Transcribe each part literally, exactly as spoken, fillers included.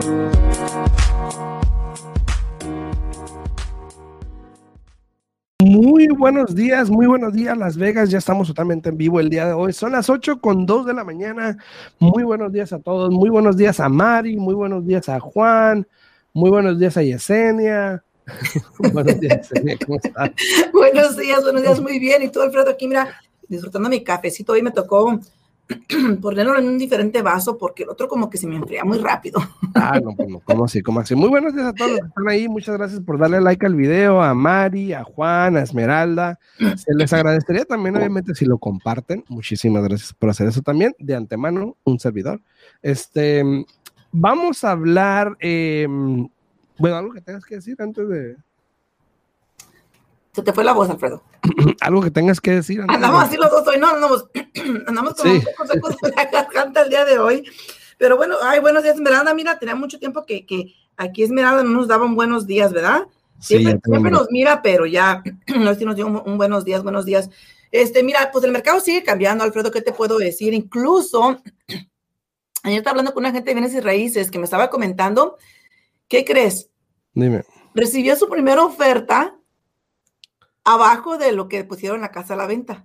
Muy buenos días, muy buenos días Las Vegas, ya estamos totalmente en vivo el día de hoy, son las ocho con dos de la mañana, muy buenos días a todos, muy buenos días a Mari, muy buenos días a Juan, muy buenos días a Yesenia. Buenos días, Yesenia, ¿cómo estás? Buenos días, buenos días, muy bien, y tú, Alfredo, aquí mira, disfrutando mi cafecito, hoy me tocó ponerlo en un diferente vaso porque el otro como que se me enfría muy rápido. Ah, no, pues no, ¿cómo así? ¿Cómo así? Muy buenos días a todos los que están ahí, muchas gracias por darle like al video, a Mari, a Juan, a Esmeralda, se les agradecería también obviamente si lo comparten, muchísimas gracias por hacer eso también, de antemano, un servidor. Este, vamos a hablar, eh, bueno, algo que tengas que decir antes de... Se te fue la voz, Alfredo. Algo que tengas que decir. Andamos de... así los dos hoy, no, andamos, andamos con sí. un poco de la garganta el día de hoy. Pero bueno, ay, buenos días, Esmeralda. Mira, tenía mucho tiempo que, que aquí Esmeralda no nos daba un buenos días, ¿verdad? Siempre, sí, siempre nos mira, pero ya, no sé si nos dio un, un buenos días, buenos días. Este, mira, pues el mercado sigue cambiando, Alfredo, ¿qué te puedo decir? Incluso, ayer estaba hablando con una gente de bienes y raíces que me estaba comentando, ¿qué crees? Dime. Recibió su primera oferta abajo de lo que pusieron la casa a la venta.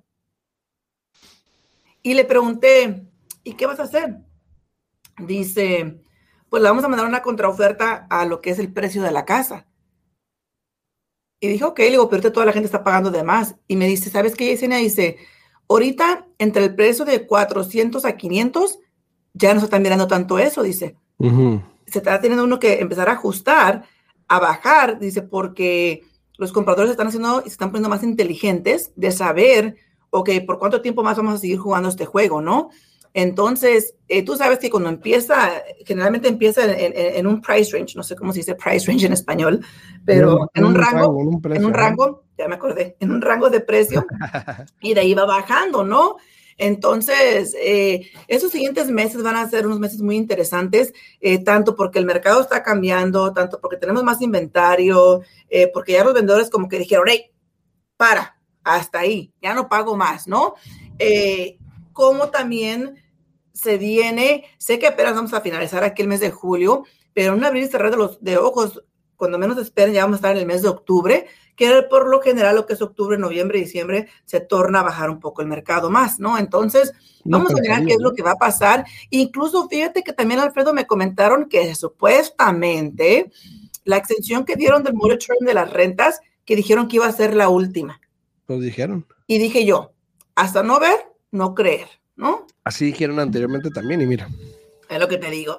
Y le pregunté, ¿y qué vas a hacer? Dice, pues le vamos a mandar una contraoferta a lo que es el precio de la casa. Y dije, ok, le digo, pero ahorita toda la gente está pagando de más. Y me dice, ¿sabes qué, Yesenia? Dice, ahorita entre el precio de cuatrocientos a quinientos, ya no se está mirando tanto eso, dice. Uh-huh. Se está teniendo uno que empezar a ajustar, a bajar, dice, porque los compradores están haciendo y se están poniendo más inteligentes de saber, ok, por cuánto tiempo más vamos a seguir jugando este juego, ¿no? Entonces, eh, tú sabes que cuando empieza, generalmente empieza en, en, en un price range, no sé cómo se dice price range en español, pero no, en un, un rango, rango en, un precio, en un rango, ya me acordé, en un rango de precio, y de ahí va bajando, ¿no? Entonces, eh, esos siguientes meses van a ser unos meses muy interesantes, eh, tanto porque el mercado está cambiando, tanto porque tenemos más inventario, eh, porque ya los vendedores como que dijeron, hey, para, hasta ahí, ya no pago más, ¿no? Eh, como también se viene, sé que apenas vamos a finalizar aquí el mes de julio, pero en un abrir y cerrar de los de ojos, cuando menos esperen, ya vamos a estar en el mes de octubre, que por lo general lo que es octubre, noviembre, diciembre, se torna a bajar un poco el mercado más, ¿no? Entonces, vamos no, a mirar qué es lo que va a pasar. Incluso, fíjate que también, Alfredo, me comentaron que supuestamente la extensión que dieron del moratorium de las rentas, que dijeron que iba a ser la última. Pues dijeron. Y dije yo, hasta no ver, no creer, ¿no? Así dijeron anteriormente también, y mira. Es lo que te digo.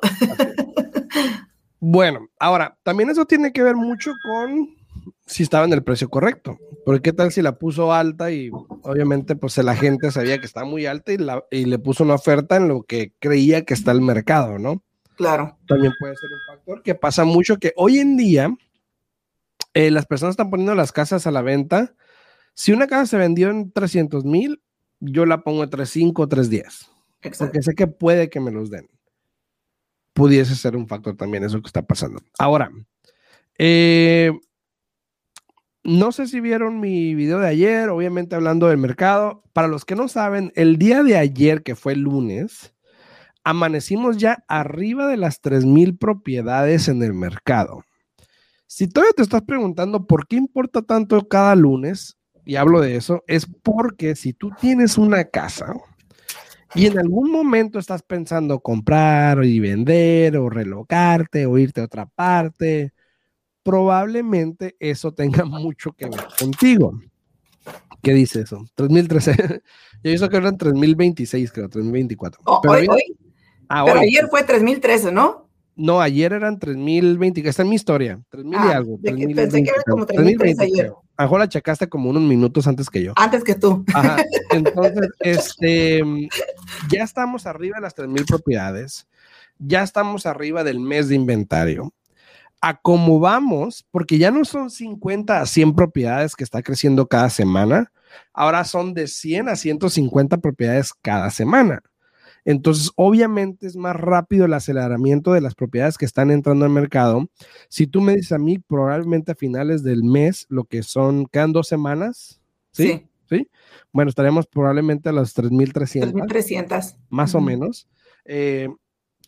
Bueno, ahora, también eso tiene que ver mucho con si estaba en el precio correcto. Porque qué tal si la puso alta y obviamente pues la gente sabía que estaba muy alta y, la, y le puso una oferta en lo que creía que está el mercado, ¿no? Claro. También puede ser un factor que pasa mucho, que hoy en día eh, las personas están poniendo las casas a la venta. Si una casa se vendió en trescientos mil, yo la pongo en trescientos cinco, trescientos diez. Exacto. Porque sé que puede que me los den. Pudiese ser un factor también eso que está pasando. Ahora, eh, no sé si vieron mi video de ayer, obviamente hablando del mercado. Para los que no saben, el día de ayer, que fue lunes, amanecimos ya arriba de las tres mil propiedades en el mercado. Si todavía te estás preguntando por qué importa tanto cada lunes, y hablo de eso, es porque si tú tienes una casa y en algún momento estás pensando comprar y vender o relocarte o irte a otra parte, probablemente eso tenga mucho que ver contigo. ¿Qué dice eso? tres mil trece. Yo hizo que eran tres mil veintiséis, creo, tres mil veinticuatro. Oh, Pero, hoy, hoy, hoy. Ah, Pero hoy. ayer fue tres mil trece, ¿no? No, ayer eran tres mil veinte, esta es mi historia, tres mil ah, y algo. De que pensé que eran como tres mil trece ayer. A lo mejor la checaste como unos minutos antes que yo. Antes que tú. Ajá. Entonces, este, ya estamos arriba de las tres mil propiedades, ya estamos arriba del mes de inventario. A cómo vamos, porque ya no son cincuenta a cien propiedades que está creciendo cada semana, ahora son de cien a ciento cincuenta propiedades cada semana. Entonces, obviamente es más rápido el aceleramiento de las propiedades que están entrando al mercado. Si tú me dices a mí, probablemente a finales del mes, lo que son, quedan dos semanas, ¿sí? Sí. ¿Sí? Bueno, estaremos probablemente a las tres mil trescientas. tres mil trescientas. Más uh-huh. o menos. Eh,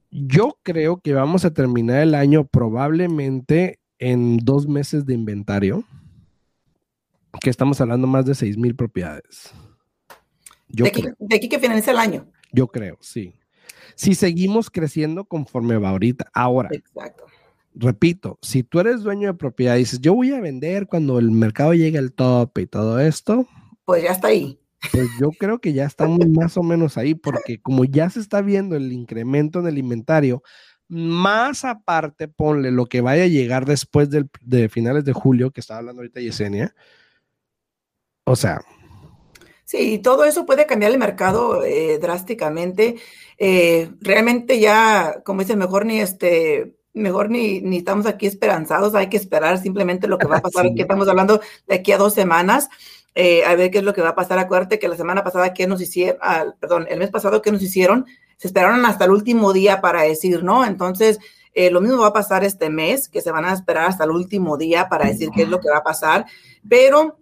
Yo creo que vamos a terminar el año probablemente en dos meses de inventario, que estamos hablando más de seis mil propiedades. Yo de, aquí, creo. de aquí que finalice el año. Yo creo, sí. Si seguimos creciendo conforme va ahorita. Ahora, exacto. Repito, si tú eres dueño de propiedad y dices, yo voy a vender cuando el mercado llegue al tope y todo esto, pues ya está ahí. Pues yo creo que ya estamos más o menos ahí, porque como ya se está viendo el incremento en el inventario, más aparte ponle lo que vaya a llegar después del, de finales de julio, que estaba hablando ahorita Yesenia. O sea. Sí, todo eso puede cambiar el mercado eh, drásticamente. Eh, realmente ya, como dicen, mejor ni este, mejor ni, ni estamos aquí esperanzados, hay que esperar simplemente lo que va a pasar. Sí. Aquí estamos hablando de aquí a dos semanas, eh, a ver qué es lo que va a pasar. Acuérdate que la semana pasada que nos hicieron, ah, perdón, el mes pasado que nos hicieron, se esperaron hasta el último día para decir, ¿no? Entonces, eh, lo mismo va a pasar este mes, que se van a esperar hasta el último día para decir qué es lo que va a pasar. Pero,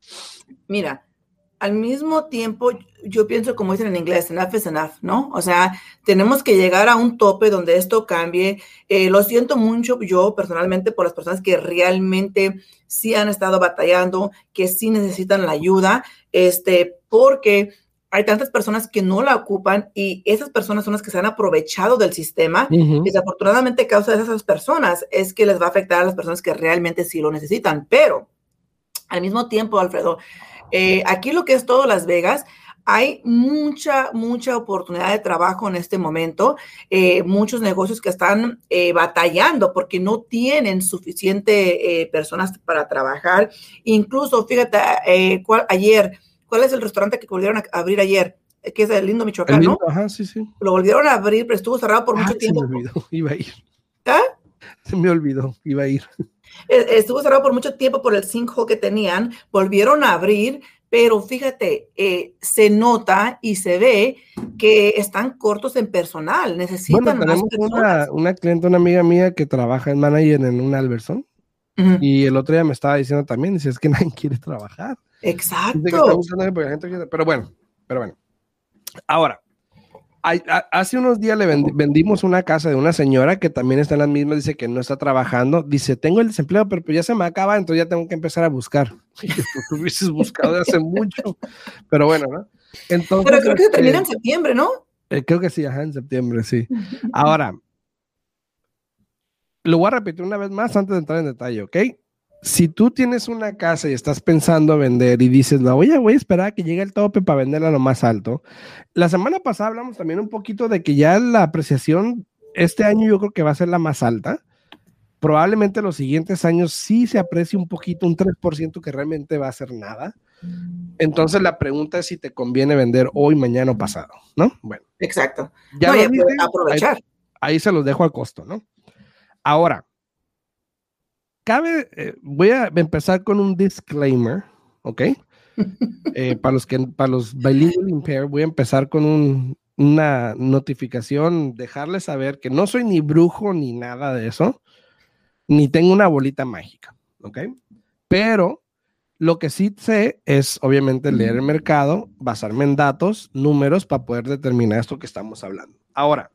mira, al mismo tiempo, yo pienso, como dicen en inglés, enough is enough, ¿no? O sea, tenemos que llegar a un tope donde esto cambie. Eh, lo siento mucho yo personalmente por las personas que realmente sí han estado batallando, que sí necesitan la ayuda, este, porque hay tantas personas que no la ocupan y esas personas son las que se han aprovechado del sistema. Uh-huh. Desafortunadamente, causa de esas personas es que les va a afectar a las personas que realmente sí lo necesitan. Pero, al mismo tiempo, Alfredo, Eh, aquí lo que es todo Las Vegas, hay mucha, mucha oportunidad de trabajo en este momento. Eh, muchos negocios que están eh, batallando porque no tienen suficiente eh, personas para trabajar. Incluso, fíjate, eh, cuál, ayer, ¿cuál es el restaurante que volvieron a abrir ayer? Que es el Lindo Michoacán, el lindo, ¿no? Ajá, sí, sí. Lo volvieron a abrir, pero estuvo cerrado por ah, mucho tiempo. Se me olvidó, iba a ir. ¿Ah? Se me olvidó, iba a ir. Estuvo cerrado por mucho tiempo por el sinkhole que tenían, volvieron a abrir, pero fíjate, eh, se nota y se ve que están cortos en personal, necesitan bueno, tenemos más personas. Una, una cliente, una amiga mía que trabaja en manager en un Albertson, uh-huh. Y el otro día me estaba diciendo también, dice, es que nadie quiere trabajar. Exacto. Dice que está buscando porque la gente quiere, pero bueno, pero bueno. Ahora, hay, a, hace unos días le vendi, vendimos una casa de una señora que también está en la misma, dice que no está trabajando, dice, tengo el desempleo, pero pues ya se me acaba, entonces ya tengo que empezar a buscar. Y tú hubieses buscado de hace mucho, pero bueno, ¿no? Entonces, pero creo que este, se termina en septiembre, ¿no? Eh, creo que sí, ajá, en septiembre, sí. Ahora, lo voy a repetir una vez más antes de entrar en detalle, ¿ok? Si tú tienes una casa y estás pensando vender y dices, no, oye, voy a esperar a que llegue el tope para venderla a lo más alto. La semana pasada hablamos también un poquito de que ya la apreciación este año yo creo que va a ser la más alta. Probablemente los siguientes años sí se aprecie un poquito, un tres por ciento que realmente va a ser nada. Entonces la pregunta es si te conviene vender hoy, mañana o pasado, ¿no? Bueno. Exacto. Ya no, lo y dije, aprovechar. Ahí, ahí se los dejo al costo, ¿no? Ahora, cabe, eh, voy a empezar con un disclaimer, ¿ok? Eh, para los que, para los bilingual impaired, voy a empezar con un, una notificación, dejarles saber que no soy ni brujo ni nada de eso, ni tengo una bolita mágica, ¿ok? Pero lo que sí sé es, obviamente, leer el mercado, basarme en datos, números, para poder determinar esto que estamos hablando. Ahora,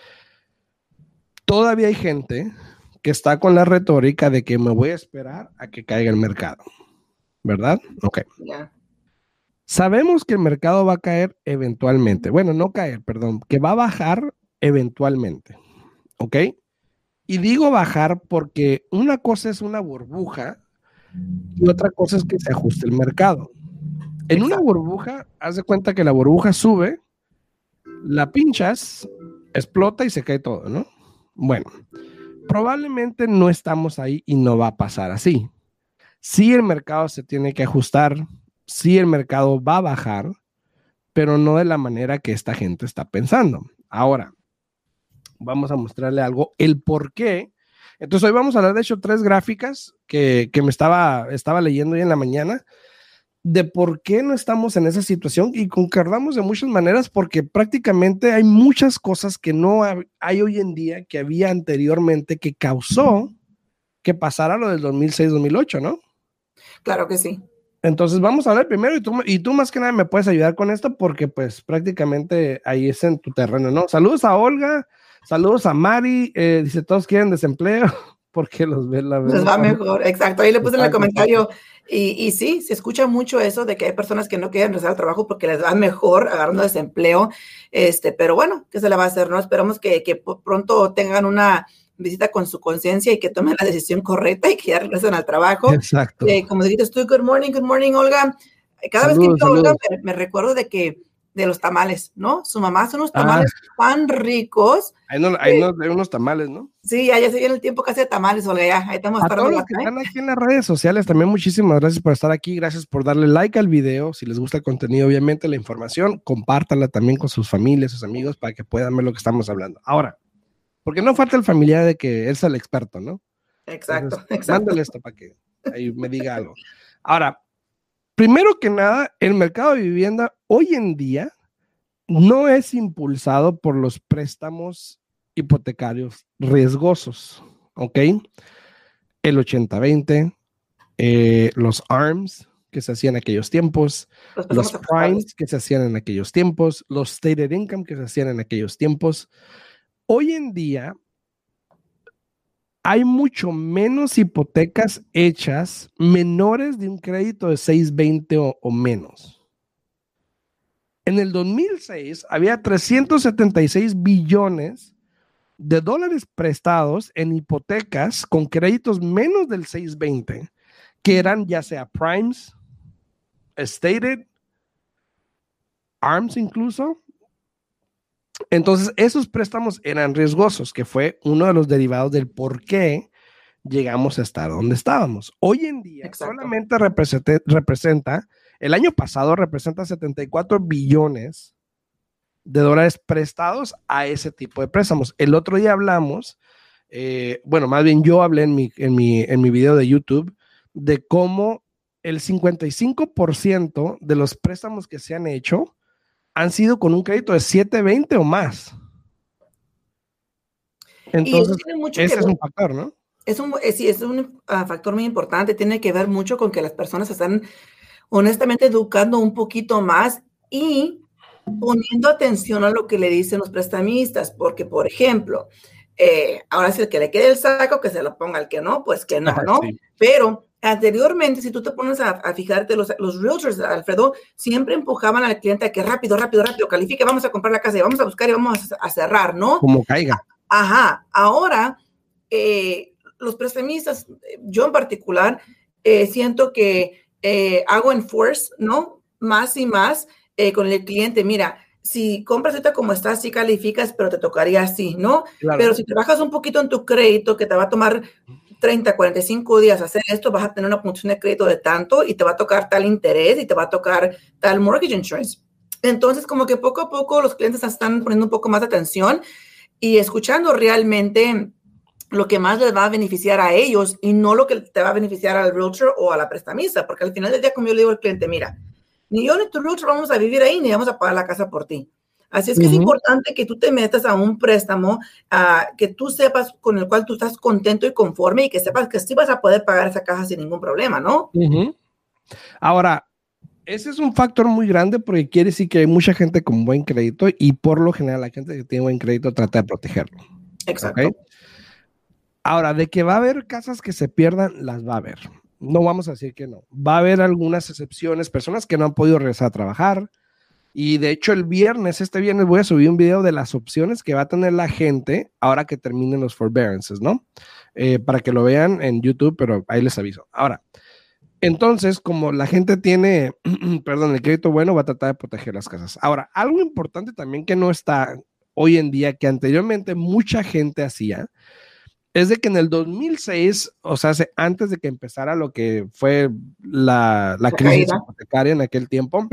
todavía hay gente que está con la retórica de que me voy a esperar a que caiga el mercado, ¿verdad? Ok. Yeah. Sabemos que el mercado va a caer eventualmente. Bueno, no caer, perdón, que va a bajar eventualmente, ¿ok? Y digo bajar porque una cosa es una burbuja y otra cosa es que se ajuste el mercado. En Exacto. Una burbuja, haz de cuenta que la burbuja sube, la pinchas, explota y se cae todo, ¿no? Bueno, probablemente no estamos ahí y no va a pasar así. Sí, el mercado se tiene que ajustar, sí, el mercado va a bajar, pero no de la manera que esta gente está pensando. Ahora, vamos a mostrarle algo, el por qué. Entonces, hoy vamos a hablar, de hecho, tres gráficas que, que me estaba, estaba leyendo hoy en la mañana, de por qué no estamos en esa situación, y concordamos de muchas maneras porque prácticamente hay muchas cosas que no hay hoy en día que había anteriormente que causó que pasara lo del dos mil seis dos mil ocho, ¿no? Claro que sí. Entonces vamos a hablar primero y tú, y tú más que nada me puedes ayudar con esto porque pues prácticamente ahí es en tu terreno, ¿no? Saludos a Olga, Saludos a Mari, eh, dice, todos quieren desempleo porque los ven la Les va mejor, exacto. Ahí le puse en el comentario, y, y sí, se escucha mucho eso de que hay personas que no quieren regresar al trabajo porque les va mejor agarrando desempleo, este, pero bueno, ¿qué se le va a hacer? ¿No? Esperamos que, que pronto tengan una visita con su conciencia y que tomen la decisión correcta y que ya regresen al trabajo. Exacto. Eh, como dijiste tú, good morning, good morning, Olga. Cada saludos, vez que veo a Olga me, me recuerdo de que de los tamales, ¿no? Su mamá hace unos tamales ah. tan ricos. Hay, no, hay, no, hay unos tamales, ¿no? Sí, ya, ya se viene el tiempo casi de tamales, Olga, ya. Ahí estamos a todos los que están aquí en las redes sociales, también muchísimas gracias por estar aquí, gracias por darle like al video, si les gusta el contenido, obviamente la información, compártanla también con sus familias, sus amigos, para que puedan ver lo que estamos hablando. Ahora, porque no falta el familiar de que él es el experto, ¿no? Exacto, Entonces, exacto. Mándale esto para que ahí me diga algo. Ahora, primero que nada, el mercado de vivienda hoy en día no es impulsado por los préstamos hipotecarios riesgosos, ¿ok? El ochenta veinte, eh, los A R Ms que se hacían en aquellos tiempos, los, los primes que se hacían en aquellos tiempos, los stated income que se hacían en aquellos tiempos. Hoy en día hay mucho menos hipotecas hechas menores de un crédito de seiscientos veinte o, o menos. En el dos mil seis había trescientos setenta y seis billones de dólares prestados en hipotecas con créditos menos del seiscientos veinte, que eran ya sea primes, stated, A R Ms incluso. Entonces, esos préstamos eran riesgosos, que fue uno de los derivados del por qué llegamos a estar donde estábamos. Hoy en día, exacto, solamente representa, representa, el año pasado representa setenta y cuatro billones de dólares prestados a ese tipo de préstamos. El otro día hablamos, eh, bueno, más bien yo hablé en mi, en, mi, en mi video de YouTube de cómo el cincuenta y cinco por ciento de los préstamos que se han hecho han sido con un crédito de setecientos veinte o más. Entonces, ese es un factor, ¿no? Es un, sí, es un uh, factor muy importante. Tiene que ver mucho con que las personas se están honestamente educando un poquito más y poniendo atención a lo que le dicen los prestamistas, porque, por ejemplo, eh, ahora si el que le quede el saco, que se lo ponga, el que no, pues que no, ¿no? Sí. Pero anteriormente, si tú te pones a, a fijarte, los, los realtors, Alfredo, siempre empujaban al cliente a que rápido, rápido, rápido, califique, vamos a comprar la casa y vamos a buscar y vamos a, a cerrar, ¿no? Como caiga. Ajá, ahora, eh, los prestamistas, yo en particular, eh, siento que eh, hago enforce, ¿no? Más y más eh, con el cliente. Mira, si compras ahorita como estás, sí calificas, pero te tocaría así, ¿no? Claro. Pero si te bajas un poquito en tu crédito, que te va a tomar treinta, cuarenta y cinco días hacer esto, vas a tener una puntuación de crédito de tanto y te va a tocar tal interés y te va a tocar tal mortgage insurance. Entonces, como que poco a poco los clientes están poniendo un poco más de atención y escuchando realmente lo que más les va a beneficiar a ellos y no lo que te va a beneficiar al realtor o a la prestamista, porque al final del día, como yo le digo al cliente, mira, ni yo ni tu realtor vamos a vivir ahí, ni vamos a pagar la casa por ti. Así es que uh-huh. es importante que tú te metas a un préstamo uh, que tú sepas con el cual tú estás contento y conforme y que sepas que sí vas a poder pagar esa casa sin ningún problema, ¿no? Uh-huh. Ahora, ese es un factor muy grande porque quiere decir que hay mucha gente con buen crédito y por lo general la gente que tiene buen crédito trata de protegerlo. Exacto. ¿Okay? Ahora, de que va a haber casas que se pierdan, las va a haber. No vamos a decir que no. Va a haber algunas excepciones, personas que no han podido regresar a trabajar. Y de hecho el viernes, este viernes voy a subir un video de las opciones que va a tener la gente ahora que terminen los forbearances, ¿no? Eh, para que lo vean en YouTube, pero ahí les aviso. Ahora, entonces, como la gente tiene, perdón, el crédito bueno, va a tratar de proteger las casas. Ahora, algo importante también que no está hoy en día, que anteriormente mucha gente hacía, es de que en el dos mil seis, o sea, antes de que empezara lo que fue la, la crisis hipotecaria en aquel tiempo,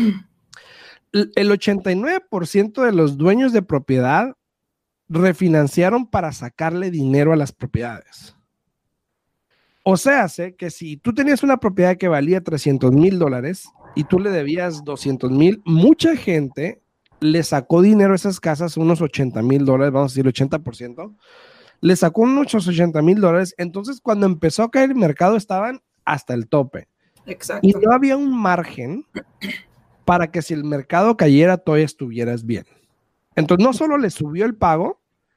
el ochenta y nueve por ciento de los dueños de propiedad refinanciaron para sacarle dinero a las propiedades. O sea, sé que si tú tenías una propiedad que valía trescientos mil dólares y tú le debías doscientos mil, mucha gente le sacó dinero a esas casas, unos ochenta mil dólares, vamos a decir ochenta por ciento, le sacó unos ochenta mil dólares. Entonces, cuando empezó a caer el mercado, estaban hasta el tope. Exacto. Y no había un margen para que si el mercado cayera, todavía estuvieras bien. Entonces, no solo le subió el pago,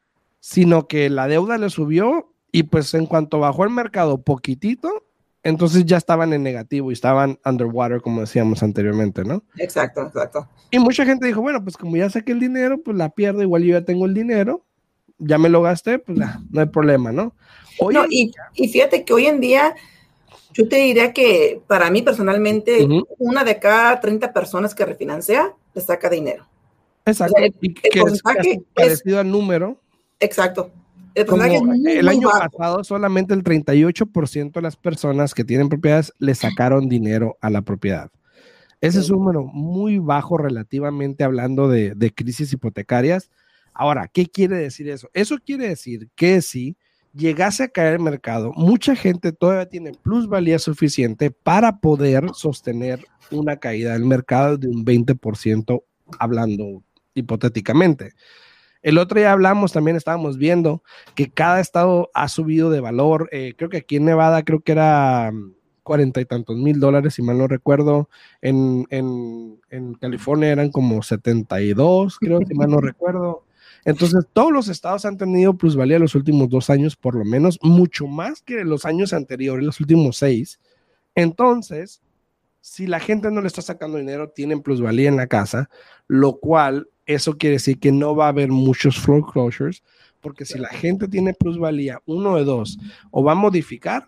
sino que la deuda le subió y pues en cuanto bajó el mercado poquitito, entonces ya estaban en negativo y estaban underwater, como decíamos anteriormente, ¿no? Exacto, exacto. Y mucha gente dijo, bueno, pues como ya saqué el dinero, pues la pierdo, igual yo ya tengo el dinero, ya me lo gasté, pues ah, no hay problema, ¿no? Hoy no, y, y fíjate que hoy en día, yo te diría que para mí personalmente, uh-huh. una de cada treinta personas que refinancia, le saca dinero. Exacto, o sea, el, y que el es parecido es, al número. Exacto. El, porcentaje es muy, el año muy pasado, solamente el treinta y ocho por ciento de las personas que tienen propiedades le sacaron dinero a la propiedad. Ese sí. es un número muy bajo relativamente hablando de, de crisis hipotecarias. Ahora, ¿qué quiere decir eso? Eso quiere decir que si llegase a caer el mercado, mucha gente todavía tiene plusvalía suficiente para poder sostener una caída del mercado de un veinte por ciento, hablando hipotéticamente. El otro día hablamos, también estábamos viendo que cada estado ha subido de valor. Eh, creo que aquí en Nevada creo que era cuarenta y tantos mil dólares, si mal no recuerdo. En, en, en California eran como setenta y dos, creo, si mal no recuerdo. Entonces, todos los estados han tenido plusvalía los últimos dos años, por lo menos, mucho más que los años anteriores, los últimos seis. Entonces, si la gente no le está sacando dinero, tienen plusvalía en la casa, lo cual, eso quiere decir que no va a haber muchos foreclosures, porque si la gente tiene plusvalía, uno de dos, o va a modificar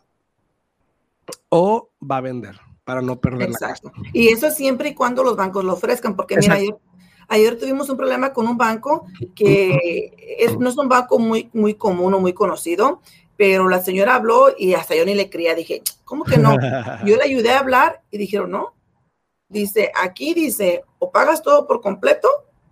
o va a vender para no perder Exacto. la casa. Y eso siempre y cuando los bancos lo ofrezcan, porque mira, ayer, ayer tuvimos un problema con un banco que es, no es un banco muy, muy común o muy conocido, pero la señora habló y hasta yo ni le creía. Dije, ¿cómo que no? Yo le ayudé a hablar y dijeron, no. Dice, aquí dice, o pagas todo por completo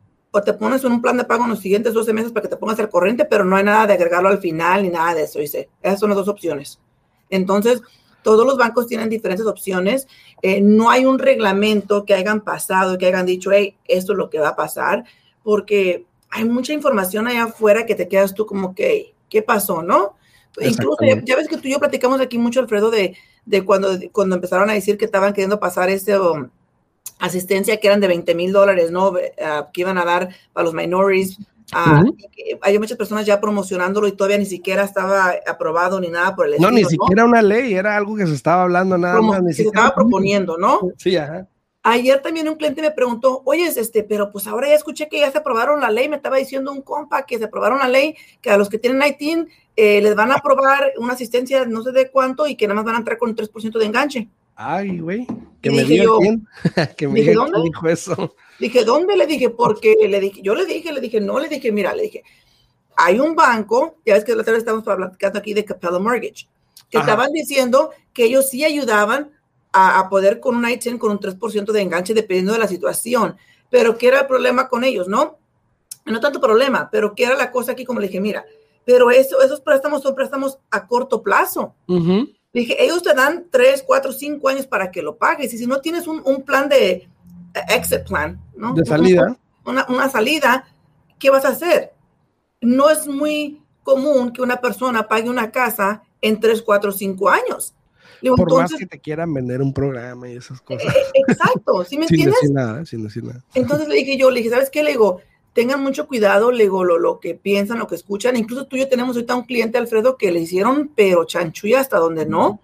o te pones en un plan de pago en los siguientes doce meses para que te pongas al corriente, pero no hay nada de agregarlo al final ni nada de eso. Dice, esas son las dos opciones. Entonces, todos los bancos tienen diferentes opciones. Eh, no hay un reglamento que hayan pasado, que hayan dicho, hey, esto es lo que va a pasar, porque hay mucha información allá afuera que te quedas tú como que, hey, ¿qué pasó, no? Incluso, ya, ya ves que tú y yo platicamos aquí mucho, Alfredo, de, de cuando, cuando empezaron a decir que estaban queriendo pasar ese um, asistencia que eran de veinte mil dólares, ¿no? Uh, que iban a dar para los minorities. Uh, uh-huh. Hay muchas personas ya promocionándolo y todavía ni siquiera estaba aprobado ni nada por el estilo. No, ni siquiera ¿no? una ley, era algo que se estaba hablando nada Promo- más. Ni que se siquiera... estaba proponiendo, ¿no? Sí, ajá. Ayer también un cliente me preguntó, oye, este, pero pues ahora ya escuché que ya se aprobaron la ley, me estaba diciendo un compa que se aprobaron la ley, que a los que tienen I T I N eh, les van a aprobar una asistencia no sé de cuánto y que nada más van a entrar con un tres por ciento de enganche. Ay, güey, que y me dije diga yo, quién, que me dije, diga ¿dónde? quién dijo eso. Dije, ¿dónde? Le dije, porque le dije, yo le dije, le dije, no, le dije, mira, le dije, hay un banco, ya ves que la otra vez estamos platicando aquí de Capella Mortgage, que Ajá. estaban diciendo que ellos sí ayudaban a, a poder con un I T I N con un tres por ciento de enganche dependiendo de la situación, pero ¿qué era el problema con ellos, no? No tanto problema, pero ¿qué era la cosa aquí? Como le dije, mira, pero eso, esos préstamos son préstamos a corto plazo. Uh-huh. Dije, ellos te dan tres, cuatro, cinco años para que lo pagues, y si no tienes un, un plan de uh, exit plan, ¿no? De salida. Una, una salida, ¿qué vas a hacer? No es muy común que una persona pague una casa en tres, cuatro, cinco años. Digo, por entonces, más que te quieran vender un programa y esas cosas. Eh, exacto, ¿sí me sin entiendes? Decir nada, sin decir nada. Entonces le dije yo, le dije, ¿sabes qué? Le digo, tengan mucho cuidado, le digo, lo, lo que piensan, lo que escuchan. Incluso tú y yo tenemos ahorita un cliente, Alfredo, que le hicieron, pero chanchulla hasta donde no.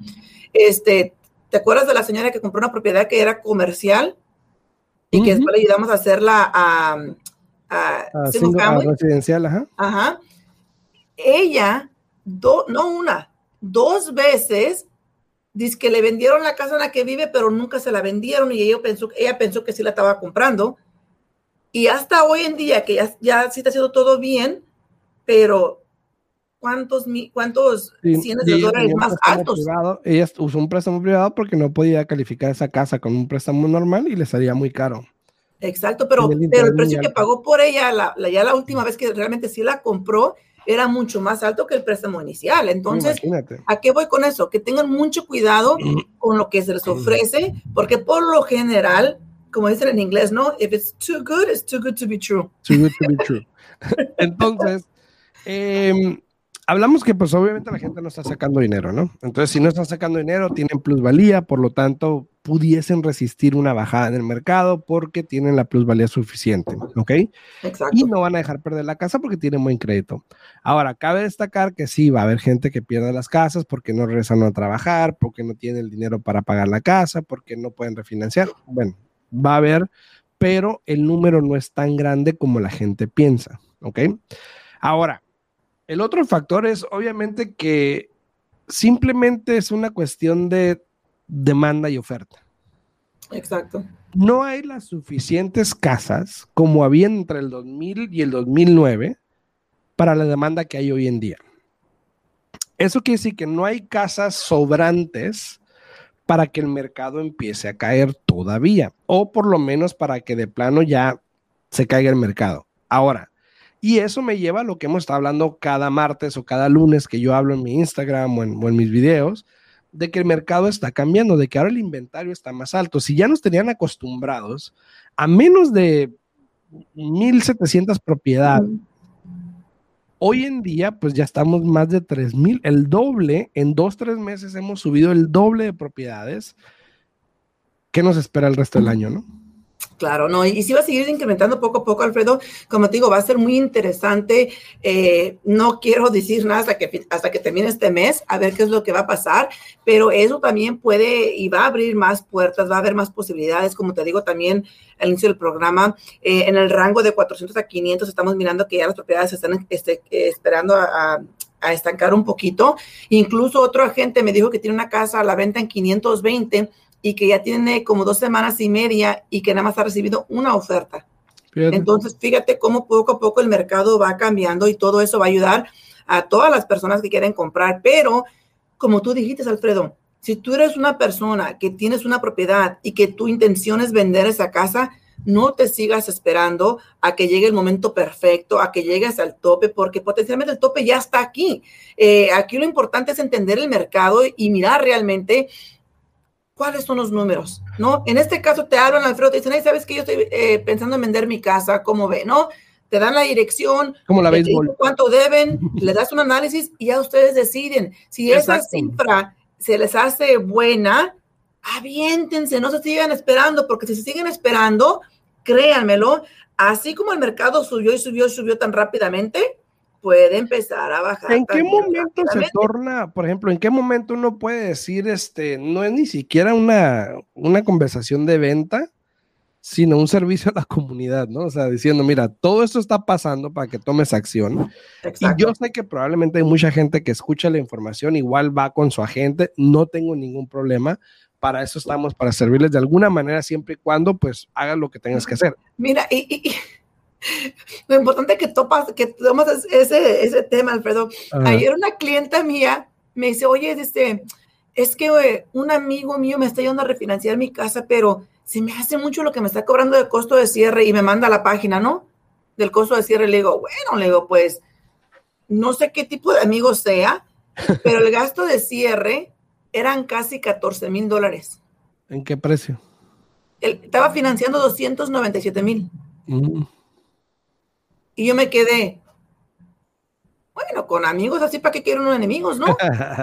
Este, ¿te acuerdas de la señora que compró una propiedad que era comercial y uh-huh. que después le ayudamos a hacerla a, a, a, single, a residencial? Ajá. Ajá. Ella, do, no una, dos veces, dice que le vendieron la casa en la que vive, pero nunca se la vendieron y ella pensó, ella pensó que sí la estaba comprando. Y hasta hoy en día, que ya, ya sí está haciendo todo bien, pero ¿cuántos, cuántos sí, cientos de dólares más altos? Privado. Ella usó un préstamo privado porque no podía calificar esa casa con un préstamo normal y le salía muy caro. Exacto, pero el, pero el precio que pagó por ella, la, la, ya la última vez que realmente sí la compró, era mucho más alto que el préstamo inicial. Entonces, imagínate. ¿A qué voy con eso? Que tengan mucho cuidado con lo que se les ofrece, porque por lo general, como dicen en inglés, ¿no? If it's too good, it's too good to be true. Too good to be true. Entonces, eh, hablamos que pues obviamente la gente no está sacando dinero, ¿no? Entonces, si no están sacando dinero, tienen plusvalía, por lo tanto, pudiesen resistir una bajada en el mercado porque tienen la plusvalía suficiente, ¿ok? Exacto. Y no van a dejar perder la casa porque tienen buen crédito. Ahora, cabe destacar que sí, va a haber gente que pierda las casas porque no regresan a trabajar, porque no tienen el dinero para pagar la casa, porque no pueden refinanciar. Bueno, va a haber, pero el número no es tan grande como la gente piensa, ¿ok? Ahora, el otro factor es obviamente que simplemente es una cuestión de demanda y oferta. Exacto. No hay las suficientes casas como había entre el dos mil y el dos mil nueve para la demanda que hay hoy en día. Eso quiere decir que no hay casas sobrantes para que el mercado empiece a caer todavía, o por lo menos para que de plano ya se caiga el mercado. Ahora, y eso me lleva a lo que hemos estado hablando cada martes o cada lunes que yo hablo en mi Instagram o en, o en mis videos, de que el mercado está cambiando, de que ahora el inventario está más alto. Si ya nos tenían acostumbrados a menos de mil setecientas propiedades, mm. hoy en día pues ya estamos más de tres mil, el doble. En dos, tres meses hemos subido el doble de propiedades. ¿Qué nos espera el resto del año, no? Claro, no, y si va a seguir incrementando poco a poco, Alfredo. Como te digo, va a ser muy interesante. Eh, no quiero decir nada hasta que, hasta que termine este mes, a ver qué es lo que va a pasar, pero eso también puede y va a abrir más puertas, va a haber más posibilidades. Como te digo también al inicio del programa, eh, en el rango de cuatrocientos a quinientos estamos mirando que ya las propiedades están este, esperando a, a a estancar un poquito. Incluso otro agente me dijo que tiene una casa a la venta en quinientos veinte y que ya tiene como dos semanas y media y que nada más ha recibido una oferta. Fíjate. Entonces, fíjate cómo poco a poco el mercado va cambiando y todo eso va a ayudar a todas las personas que quieren comprar. Pero, como tú dijiste, Alfredo, si tú eres una persona que tienes una propiedad y que tu intención es vender esa casa, no te sigas esperando a que llegue el momento perfecto, a que llegues al tope, porque potencialmente el tope ya está aquí. Eh, aquí lo importante es entender el mercado y mirar realmente cuáles son los números, ¿no? En este caso te hablan, Alfredo, te dicen, hey, ¿sabes qué? Yo estoy eh, pensando en vender mi casa, ¿cómo ve, no? Te dan la dirección, como la béisbol, cuánto deben, le das un análisis y ya ustedes deciden. Si Exacto. esa cifra se les hace buena, aviéntense, no se sigan esperando, porque si se siguen esperando, créanmelo, así como el mercado subió y subió y subió tan rápidamente, puede empezar a bajar. ¿En qué momento se torna, por ejemplo, en qué momento uno puede decir, este, no es ni siquiera una, una conversación de venta, sino un servicio a la comunidad, ¿no? O sea, diciendo, mira, todo esto está pasando para que tomes acción. Exacto. Y yo sé que probablemente hay mucha gente que escucha la información, igual va con su agente, no tengo ningún problema. Para eso estamos, para servirles de alguna manera, siempre y cuando, pues, hagas lo que tengas que hacer. Mira, y, y, y lo importante es que topas, que tomas ese, ese tema, Alfredo. Ajá. Ayer una clienta mía me dice, oye, este, es que oye, un amigo mío me está ayudando a refinanciar mi casa, pero se me hace mucho lo que me está cobrando de costo de cierre y me manda a la página, ¿no? Del costo de cierre. Le digo, bueno, le digo, pues, no sé qué tipo de amigo sea, pero el gasto de cierre eran casi catorce mil dólares. ¿En qué precio? Él estaba financiando doscientos noventa y siete mil. Mm. Y yo me quedé, bueno, con amigos así, ¿para qué quiero unos enemigos, no?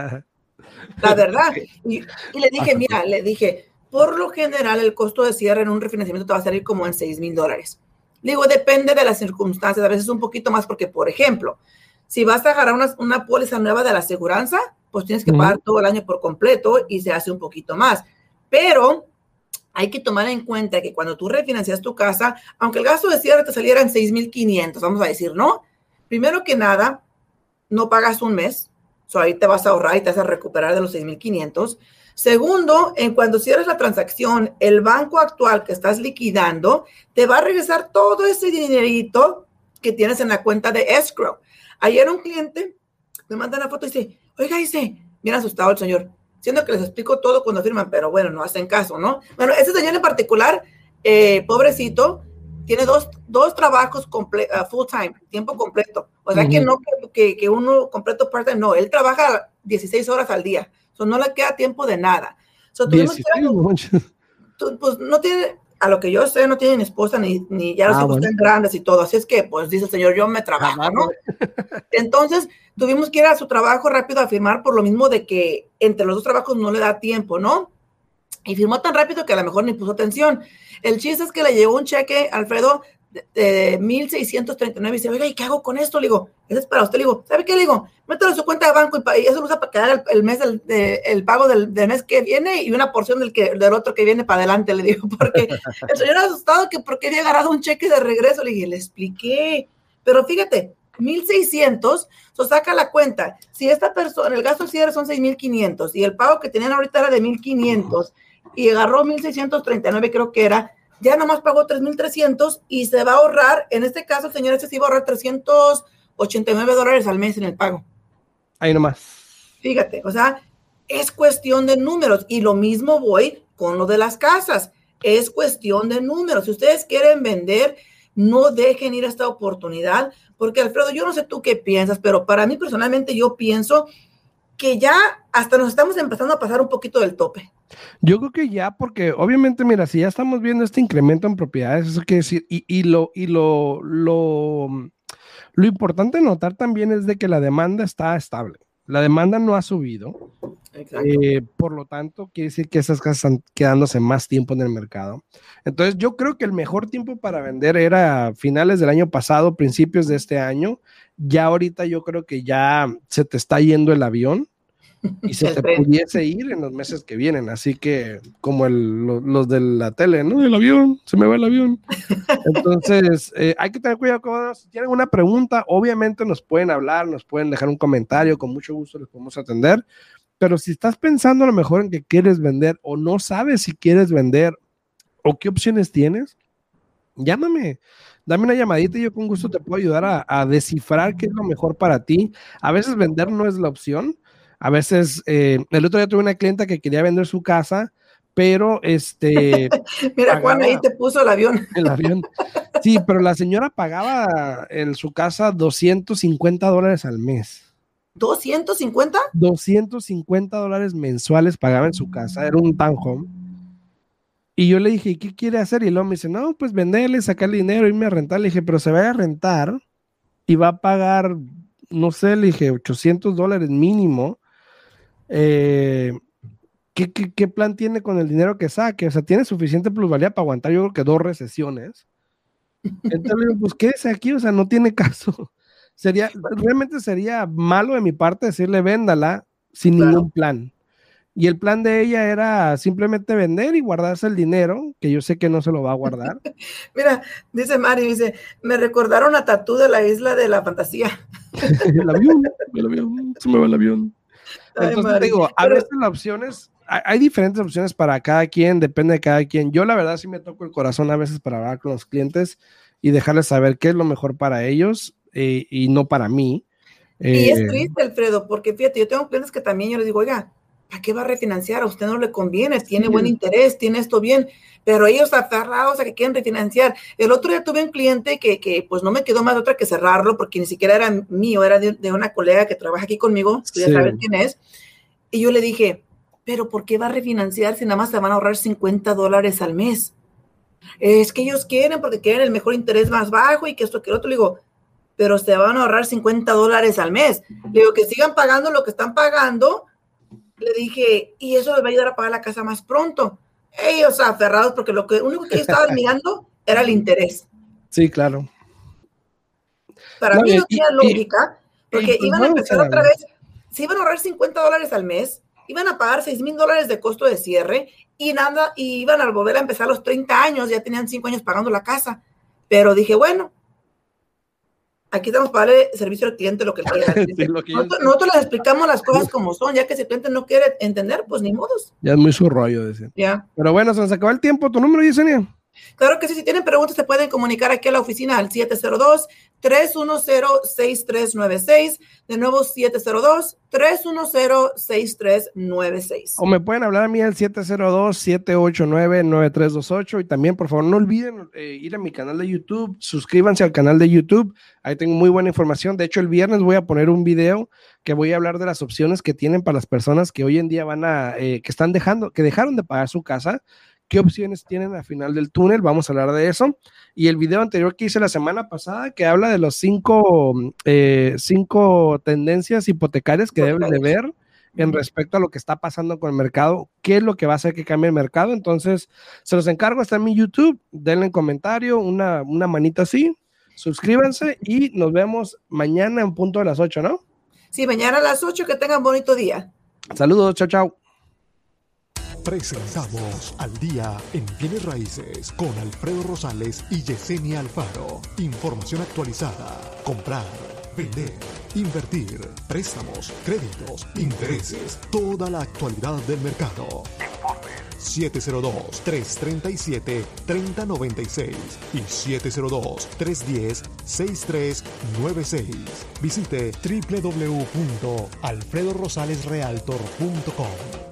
La verdad. Y, y le dije, mira, le dije, por lo general el costo de cierre en un refinanciamiento te va a salir como en seis mil dólares. Le digo, depende de las circunstancias, a veces un poquito más, porque, por ejemplo, si vas a agarrar una, una póliza nueva de la aseguranza, pues tienes que pagar uh-huh. todo el año por completo y se hace un poquito más. Pero hay que tomar en cuenta que cuando tú refinancias tu casa, aunque el gasto de cierre te saliera en seis mil quinientos, vamos a decir, ¿no? Primero que nada, no pagas un mes, so ahí te vas a ahorrar y te vas a recuperar de los seis mil quinientos. Segundo, en cuando cierres la transacción, el banco actual que estás liquidando te va a regresar todo ese dinerito que tienes en la cuenta de escrow. Ayer un cliente me manda una foto y dice, oiga, dice, bien asustado el señor, siendo que les explico todo cuando firman, pero bueno, no hacen caso, ¿no? Bueno, ese señor en particular, eh, pobrecito, tiene dos, dos trabajos comple- uh, full time, tiempo completo. O sea, uh-huh. que no que, que uno completo part time, no, él trabaja dieciséis horas al día, so no le queda tiempo de nada. So, dieciséis, que, tú, pues no tiene, a lo que yo sé, no tienen esposa, ni, ni ya los ah, hijos bueno. están grandes y todo, así es que, pues dice el señor, yo me trabajo, ah, ¿no? Entonces, tuvimos que ir a su trabajo rápido a firmar por lo mismo de que entre los dos trabajos no le da tiempo, ¿no? Y firmó tan rápido que a lo mejor ni puso atención. El chiste es que le llegó un cheque, Alfredo, de, de mil seiscientos treinta y nueve, y dice, oiga, ¿y qué hago con esto? Le digo, eso es para usted. Le digo, ¿sabe qué? Le digo, mételo en su cuenta de banco y, y eso lo usa para quedar el, el mes del, de, el pago del, del mes que viene y una porción del, que, del otro que viene para adelante, le digo, porque el señor asustado que porque había agarrado un cheque de regreso. Le dije, le expliqué, pero fíjate, mil seiscientos, so saca la cuenta. Si esta persona, el gasto al cierre son seis mil quinientos y el pago que tenían ahorita era de mil quinientos y agarró mil seiscientos treinta y nueve, creo que era, ya nomás pagó tres mil trescientos y se va a ahorrar, en este caso el señor este se iba a ahorrar trescientos ochenta y nueve dólares al mes en el pago. Ahí nomás. Fíjate, o sea, es cuestión de números y lo mismo voy con lo de las casas, es cuestión de números. Si ustedes quieren vender, no dejen ir a esta oportunidad, porque Alfredo, yo no sé tú qué piensas, pero para mí personalmente yo pienso que ya hasta nos estamos empezando a pasar un poquito del tope. Yo creo que ya, porque obviamente, mira, si ya estamos viendo este incremento en propiedades, eso quiere decir, y, y, lo, y lo, lo, lo importante notar también es de que la demanda está estable. La demanda no ha subido. Eh, por lo tanto, quiere decir que esas casas están quedándose más tiempo en el mercado. Entonces, yo creo que el mejor tiempo para vender era finales del año pasado, principios de este año. Ya ahorita yo creo que ya se te está yendo el avión y se te pudiese ir en los meses que vienen. Así que, como el, los, los de la tele, ¿no? El avión, se me va el avión. Entonces, eh, hay que tener cuidado con eso. Si tienen una pregunta, obviamente nos pueden hablar, nos pueden dejar un comentario, con mucho gusto les podemos atender. Pero si estás pensando a lo mejor en que quieres vender o no sabes si quieres vender o qué opciones tienes, llámame, dame una llamadita y yo con gusto te puedo ayudar a, a descifrar qué es lo mejor para ti. A veces vender no es la opción. A veces, eh, el otro día tuve una clienta que quería vender su casa, pero este... Mira, Juan, ahí te puso el avión. El avión. Sí, pero la señora pagaba en su casa doscientos cincuenta dólares al mes. ¿doscientos cincuenta? doscientos cincuenta dólares mensuales pagaba en su casa, era un townhome. Y yo le dije, ¿y qué quiere hacer? Y luego me dice, no, pues venderle, sacarle dinero, irme a rentar. Le dije, pero se va a rentar y va a pagar, no sé, le dije, ochocientos dólares mínimo. Eh, ¿qué, qué, ¿Qué plan tiene con el dinero que saque? O sea, tiene suficiente plusvalía para aguantar, yo creo que dos recesiones. Entonces le digo, pues quédese aquí, o sea, no tiene caso. Sería, realmente sería malo de mi parte decirle véndala sin claro. ningún plan. Y el plan de ella era simplemente vender y guardarse el dinero, que yo sé que no se lo va a guardar. Mira, dice Mari, dice, me recordaron a Tatú de la Isla de la Fantasía. El avión, el avión, se me va el avión. Ay, entonces Mari, digo, a pero... veces las opciones, hay, hay diferentes opciones para cada quien, depende de cada quien. Yo la verdad sí me toco el corazón a veces para hablar con los clientes y dejarles saber qué es lo mejor para ellos. Eh, y no para mí. Eh, y es triste, Alfredo, porque fíjate, yo tengo clientes que también yo les digo, oiga, ¿para qué va a refinanciar? A usted no le conviene, tiene sí. buen interés, tiene esto bien, pero ellos aferrados a que quieren refinanciar. El otro día tuve un cliente que, que pues no me quedó más otra que cerrarlo, porque ni siquiera era mío, era de, de una colega que trabaja aquí conmigo, tú ya sí. sabes quién es, y yo le dije, pero ¿por qué va a refinanciar si nada más se van a ahorrar cincuenta dólares al mes? Es que ellos quieren, porque quieren el mejor interés más bajo y que esto, que el otro, le digo, pero se van a ahorrar cincuenta dólares al mes. Le digo que sigan pagando lo que están pagando. Le dije, y eso les va a ayudar a pagar la casa más pronto. Ellos aferrados, porque lo que, único que ellos estaban mirando era el interés. Sí, claro. Para no, mí no tenía lógica, porque y, iban a empezar otra vez, se iban a ahorrar cincuenta dólares al mes, iban a pagar seis mil dólares de costo de cierre, y nada, y iban a volver a empezar a los treinta años, ya tenían cinco años pagando la casa. Pero dije, bueno, aquí estamos para darle servicio al cliente lo que él quiera. Sí, lo que nosotros, nosotros les explicamos las cosas como son, ya que si el cliente no quiere entender, pues ni modos. Ya es muy su rollo, decir. Ya. Pero bueno, se nos acabó el tiempo. ¿Tu número, Yesenia? Claro que sí, si tienen preguntas se pueden comunicar aquí a la oficina al siete cero dos, tres uno cero, seis tres nueve seis. De nuevo, siete cero dos, tres uno cero, seis tres nueve seis. O me pueden hablar a mí al siete cero dos, siete ocho nueve, nueve tres dos ocho. Y también, por favor, no olviden eh, ir a mi canal de YouTube. Suscríbanse al canal de YouTube. Ahí tengo muy buena información. De hecho, el viernes voy a poner un video que voy a hablar de las opciones que tienen para las personas que hoy en día van a, eh, que están dejando, que dejaron de pagar su casa. ¿Qué opciones tienen al final del túnel? Vamos a hablar de eso. Y el video anterior que hice la semana pasada, que habla de los cinco, eh, cinco tendencias hipotecarias que debes de ver en respecto a lo que está pasando con el mercado, qué es lo que va a hacer que cambie el mercado. Entonces, se los encargo, está en mi YouTube, denle en comentario, una, una manita así, suscríbanse y nos vemos mañana en punto de las ocho, ¿no? Sí, mañana a las ocho, que tengan bonito día. Saludos, chao, chao. Presentamos Al Día en Bienes Raíces con Alfredo Rosales y Yesenia Alfaro. Información actualizada. Comprar, vender, invertir, préstamos, créditos, intereses, toda la actualidad del mercado. siete cero dos, tres tres siete, tres cero nueve seis y siete cero dos, tres uno cero, seis tres nueve seis. Visite doble u doble u doble u punto alfredo rosales realtor punto com.